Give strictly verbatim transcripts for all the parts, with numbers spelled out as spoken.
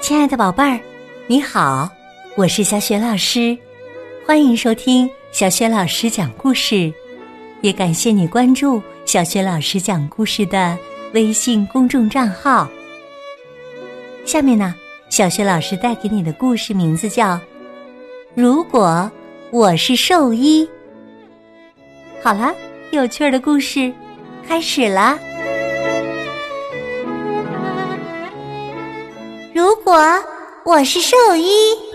亲爱的宝贝儿，你好，我是小雪老师，欢迎收听小雪老师讲故事，也感谢你关注小雪老师讲故事的微信公众账号。下面呢，小雪老师带给你的故事名字叫《如果我是兽医》。好了，有趣儿的故事开始啦。 如果我是兽医。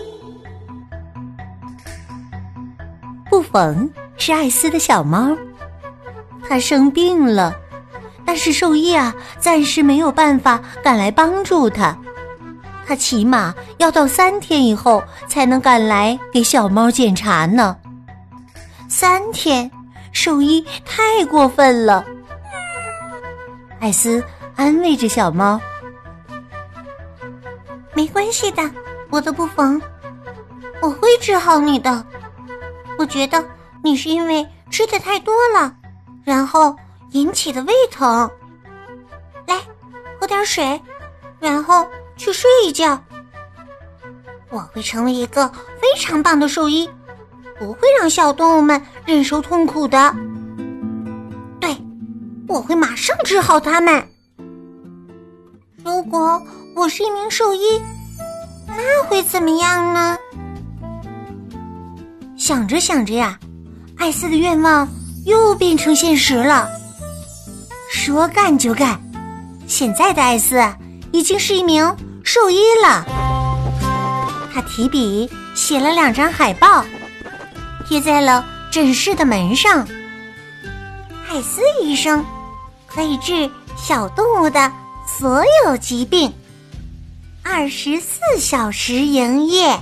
布冯是艾斯的小猫，它生病了，但是兽医啊，暂时没有办法赶来帮助它。他起码要到三天以后才能赶来给小猫检查呢。 三天，兽医太过分了。 艾斯安慰着小猫， 没关系的，我的布冯，我会治好你的。我觉得你是因为吃的太多了，然后引起的胃疼。来，喝点水，然后去睡一觉。我会成为一个非常棒的兽医，不会让小动物们忍受痛苦的。对，我会马上治好它们。如果我是一名兽医，那会怎么样呢？ 想着想着呀，艾斯的愿望又变成现实了。说干就干，现在的艾斯已经是一名兽医了。他提笔写了两张海报，贴在了诊室的门上。 艾斯医生可以治小动物的所有疾病，二十四小时营业。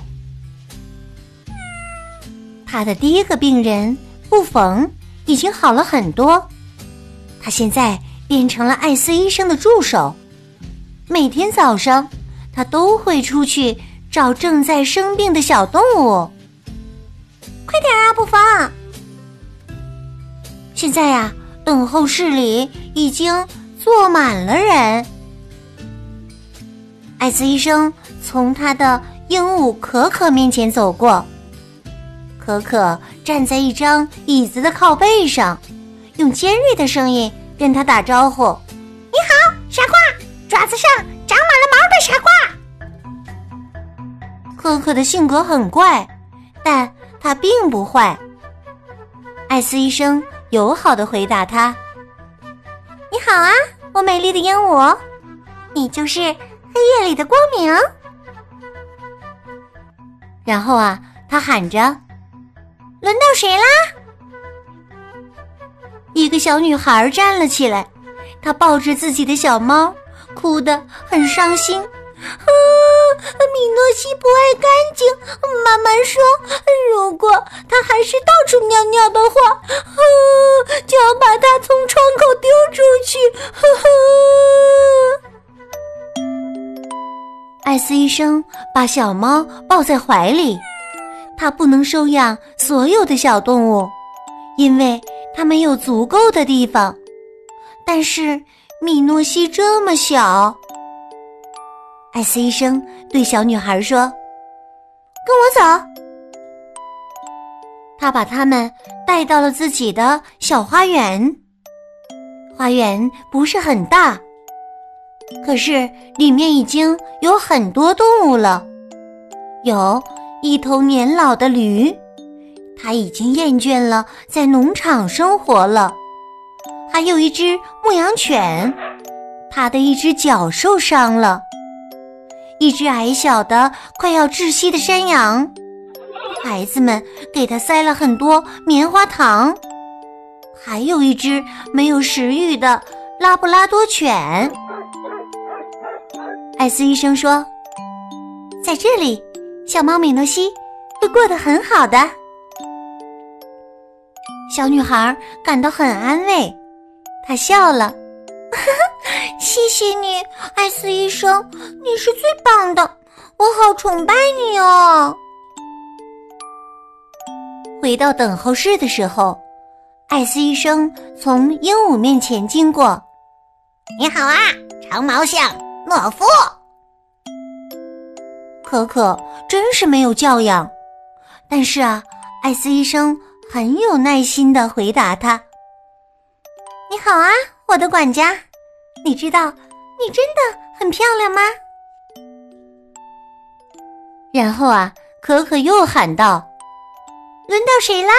他的第一个病人布冯已经好了很多，他现在变成了艾斯医生的助手。每天早上，他都会出去找正在生病的小动物。 快点啊，布冯！ 现在呀、啊，等候室里已经坐满了人。艾斯医生从他的鹦鹉可可面前走过，可可站在一张椅子的靠背上，用尖锐的声音跟他打招呼：“ 你好，傻瓜，爪子上长满了毛的傻瓜。”可可的性格很怪，但他并不坏。艾斯医生友好地回答他：“ 你好啊，我美丽的鹦鹉，你就是黑夜里的光明。” 然后啊，他喊着：“ 轮到谁啦？” 一个小女孩站了起来，她抱着自己的小猫，哭得很伤心。 啊，米诺西不爱干净，妈妈说，如果他还是到处尿尿的话，啊，就要把它从窗口丢出去。呵呵。 艾斯医生把小猫抱在怀里，他不能收养所有的小动物，因为他没有足够的地方。但是米诺西这么小，艾斯医生对小女孩说：“ 跟我走。” 他把他们带到了自己的小花园。花园不是很大，可是里面已经有很多动物了。有一头年老的驴，它已经厌倦了在农场生活了。还有一只牧羊犬，它的一只脚受伤了。一只矮小的快要窒息的山羊，孩子们给它塞了很多棉花糖。还有一只没有食欲的拉布拉多犬。艾斯医生说，在这里，小猫米诺西会过得很好的。小女孩感到很安慰，她笑了。 谢谢你，艾斯医生，你是最棒的，我好崇拜你哦。 回到等候室的时候，艾斯医生从鹦鹉面前经过。 你好啊，长毛象懦夫。 可可真是没有教养。但是啊，艾斯医生很有耐心地回答他： 你好啊，我的管家，你知道你真的很漂亮吗？ 然后啊，可可又喊道： 轮到谁啦？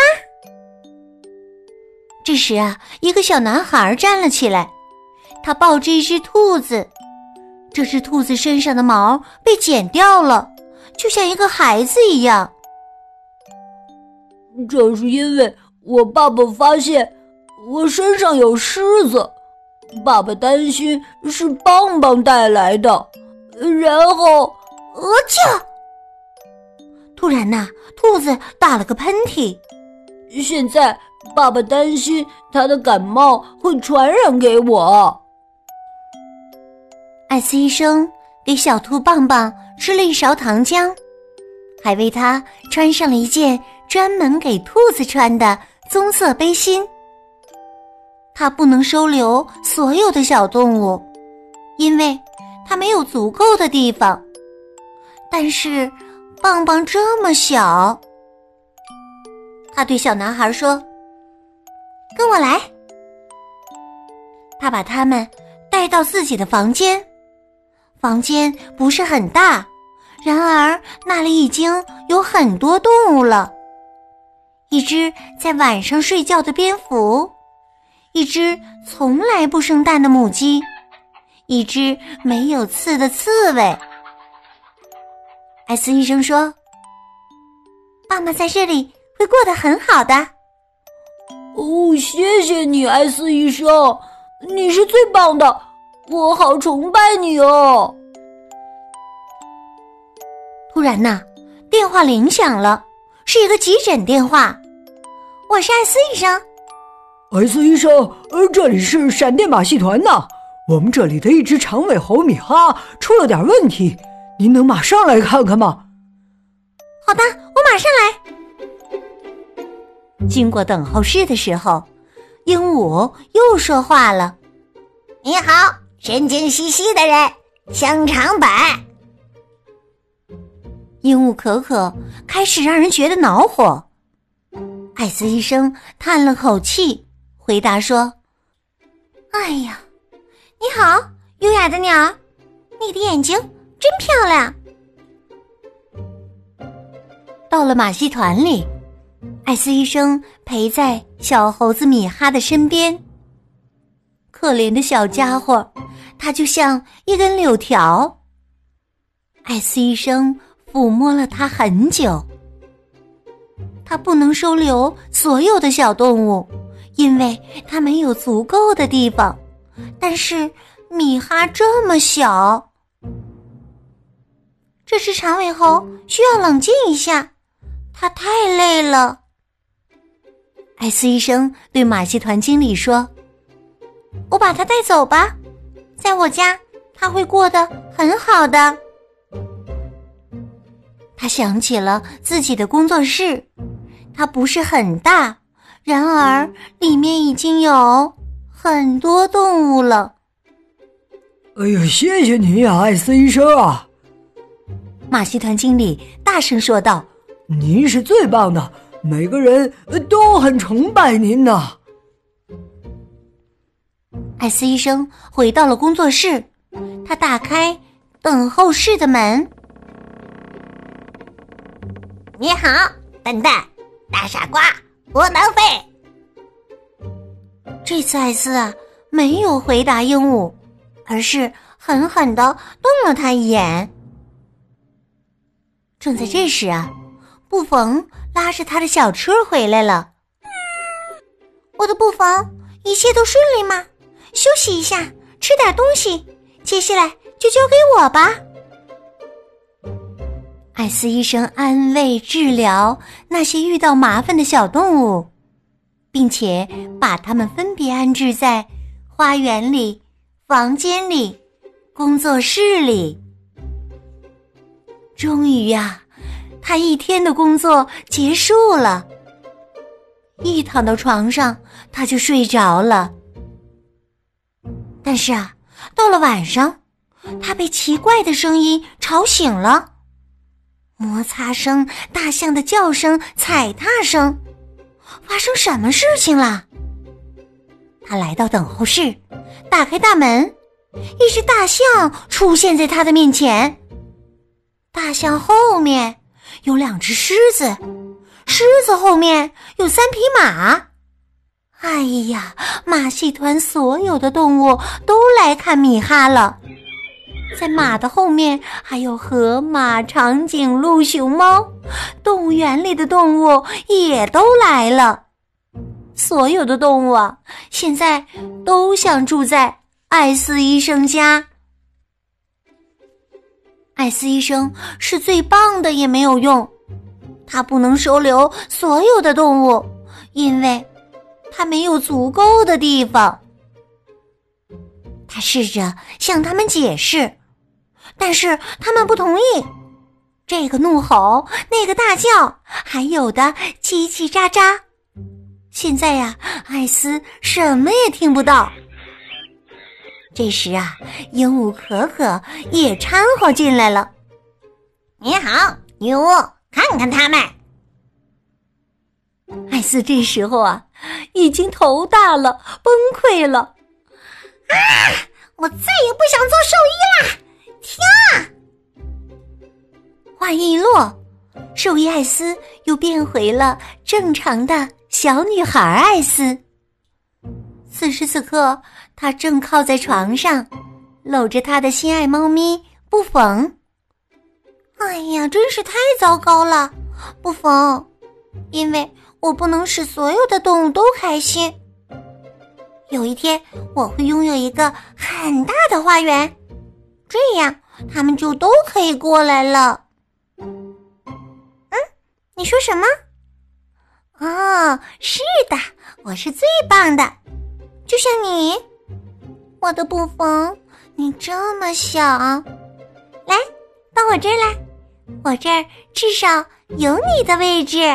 这时啊，一个小男孩站了起来，他抱着一只兔子，这只兔子身上的毛被剪掉了，就像一个孩子一样。 这是因为我爸爸发现我身上有虱子，爸爸担心是棒棒带来的，然后呃啾！ 突然呐、啊，兔子打了个喷嚏。 现在爸爸担心他的感冒会传染给我。 艾斯医生给小兔棒棒吃了一勺糖浆，还为它穿上了一件专门给兔子穿的棕色背心。他不能收留所有的小动物，因为他没有足够的地方。但是棒棒这么小，他对小男孩说： 跟我来。 他把他们带到自己的房间，房间不是很大，然而那里已经有很多动物了。一只在晚上睡觉的蝙蝠，一只从来不生蛋的母鸡，一只没有刺的刺猬。艾斯医生说： 爸爸在这里会过得很好的。 哦，谢谢你，艾斯医生，你是最棒的，我好崇拜你哦。 突然呐、啊，电话铃响了，是一个急诊电话。 我是艾斯医生。 艾斯医生，呃，这里是闪电马戏团呐，我们这里的一只长尾猴米哈出了点问题，您能马上来看看吗？ 好的，我马上来。 经过等候室的时候，鹦鹉又说话了： 你好，神经兮兮的人，香肠版。 鹦鹉可可开始让人觉得恼火。艾斯医生叹了口气，回答说： 哎呀，你好，优雅的鸟，你的眼睛真漂亮。 到了马戏团里，艾斯医生陪在小猴子米哈的身边。可怜的小家伙，他就像一根柳条。艾斯医生抚摸了他很久。他不能收留所有的小动物，因为他没有足够的地方。但是米哈这么小， 这只长尾猴需要冷静一下，它太累了。 艾斯医生对马戏团经理说： 我把它带走吧，在我家它会过得很好的。 他想起了自己的工作室，它不是很大，然而里面已经有很多动物了。 哎呀，谢谢您呀，艾斯医生啊！ 马戏团经理大声说道： 您是最棒的，每个人都很崇拜您呢。 艾斯医生回到了工作室，他打开等候室的门。 你好，笨蛋，大傻瓜，不能飞。 这次艾斯啊，没有回答鹦鹉，而是狠狠地瞪了他一眼。正在这时啊，布冯拉着他的小车回来了。 我的布冯，一切都顺利吗？休息一下，吃点东西，接下来就交给我吧。 艾斯医生安慰治疗那些遇到麻烦的小动物，并且把它们分别安置在花园里、房间里、工作室里。终于呀、啊，他一天的工作结束了。一躺到床上，他就睡着了。但是啊，到了晚上，他被奇怪的声音吵醒了。 摩擦声、大象的叫声、踩踏声，发生什么事情了？他来到等候室，打开大门，一只大象出现在他的面前。大象后面有两只狮子，狮子后面有三匹马。哎呀，马戏团所有的动物都来看米哈了。在马的后面还有河马、长颈鹿、熊猫，动物园里的动物也都来了。所有的动物啊，现在都想住在艾斯医生家。艾斯医生是最棒的也没有用，他不能收留所有的动物，因为他没有足够的地方。他试着向他们解释，但是他们不同意。这个怒吼，那个大叫，还有的叽叽喳喳。现在呀，艾斯什么也听不到。这时啊，鹦鹉可可也掺和进来了。你好，女巫，看看他们。艾斯这时候啊，已经头大了，崩溃了。啊！我再也不想做兽医啦！停啊！话音一落，兽医艾斯又变回了正常的小女孩艾斯。此时此刻，她正靠在床上，搂着她的心爱猫咪布冯。哎呀，真是太糟糕了，布冯，因为我不能使所有的动物都开心。有一天，我会拥有一个很大的花园，这样他们就都可以过来了。嗯，你说什么？哦，是的，我是最棒的，就像你。我的布冯，你这么小，来，到我这儿来，我这儿至少有你的位置。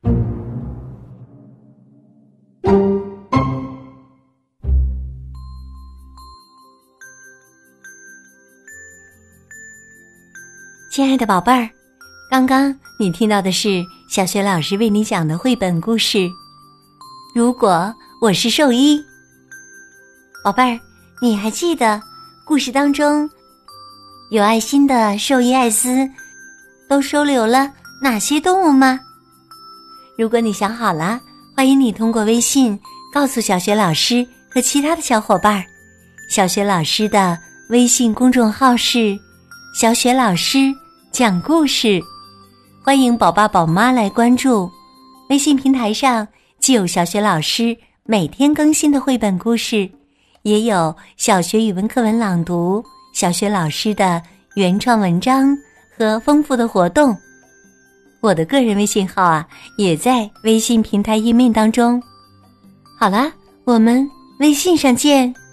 亲爱的宝贝儿，刚刚你听到的是小学老师为你讲的绘本故事《如果我是兽医》。宝贝儿，你还记得故事当中有爱心的兽医艾斯都收留了哪些动物吗？如果你想好了，欢迎你通过微信告诉小学老师和其他的小伙伴。小学老师的微信公众号是小雪老师讲故事，欢迎宝爸宝妈来关注。微信平台上既有小雪老师每天更新的绘本故事，也有小学语文课文朗读、小学老师的原创文章和丰富的活动。我的个人微信号啊，也在微信平台页面当中。好了，我们微信上见。